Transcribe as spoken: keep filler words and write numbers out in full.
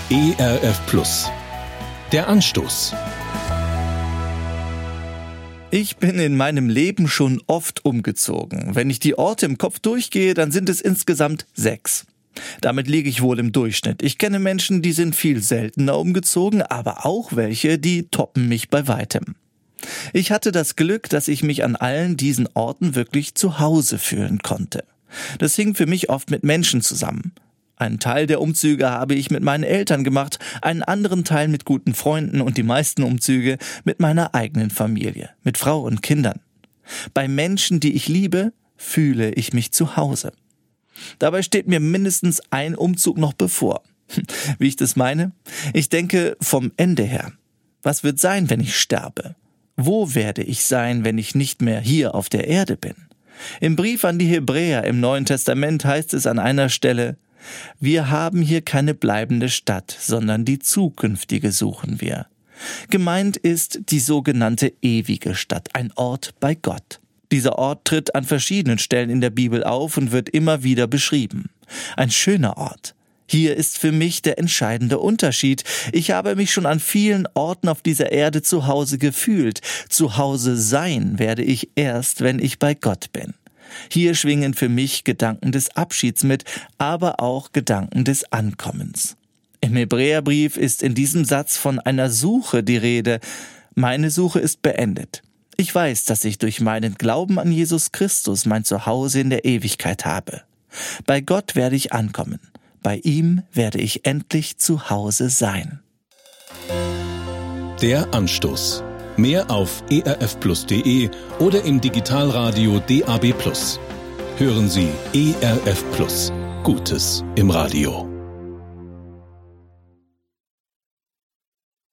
E R F Plus. Der Anstoß. Ich bin in meinem Leben schon oft umgezogen. Wenn ich die Orte im Kopf durchgehe, dann sind es insgesamt sechs. Damit liege ich wohl im Durchschnitt. Ich kenne Menschen, die sind viel seltener umgezogen, aber auch welche, die toppen mich bei weitem. Ich hatte das Glück, dass ich mich an allen diesen Orten wirklich zu Hause fühlen konnte. Das hing für mich oft mit Menschen zusammen. Einen Teil der Umzüge habe ich mit meinen Eltern gemacht, einen anderen Teil mit guten Freunden und die meisten Umzüge mit meiner eigenen Familie, mit Frau und Kindern. Bei Menschen, die ich liebe, fühle ich mich zu Hause. Dabei steht mir mindestens ein Umzug noch bevor. Wie ich das meine? Ich denke vom Ende her. Was wird sein, wenn ich sterbe? Wo werde ich sein, wenn ich nicht mehr hier auf der Erde bin? Im Brief an die Hebräer im Neuen Testament heißt es an einer Stelle: Wir haben hier keine bleibende Stadt, sondern die zukünftige suchen wir. Gemeint ist die sogenannte ewige Stadt, ein Ort bei Gott. Dieser Ort tritt an verschiedenen Stellen in der Bibel auf und wird immer wieder beschrieben. Ein schöner Ort. Hier ist für mich der entscheidende Unterschied. Ich habe mich schon an vielen Orten auf dieser Erde zu Hause gefühlt. Zu Hause sein werde ich erst, wenn ich bei Gott bin. Hier schwingen für mich Gedanken des Abschieds mit, aber auch Gedanken des Ankommens. Im Hebräerbrief ist in diesem Satz von einer Suche die Rede. Meine Suche ist beendet. Ich weiß, dass ich durch meinen Glauben an Jesus Christus mein Zuhause in der Ewigkeit habe. Bei Gott werde ich ankommen. Bei ihm werde ich endlich zu Hause sein. Der Anstoß. Mehr auf e r f plus punkt d e oder im Digitalradio D A B plus. Hören Sie E R F Plus. Gutes im Radio.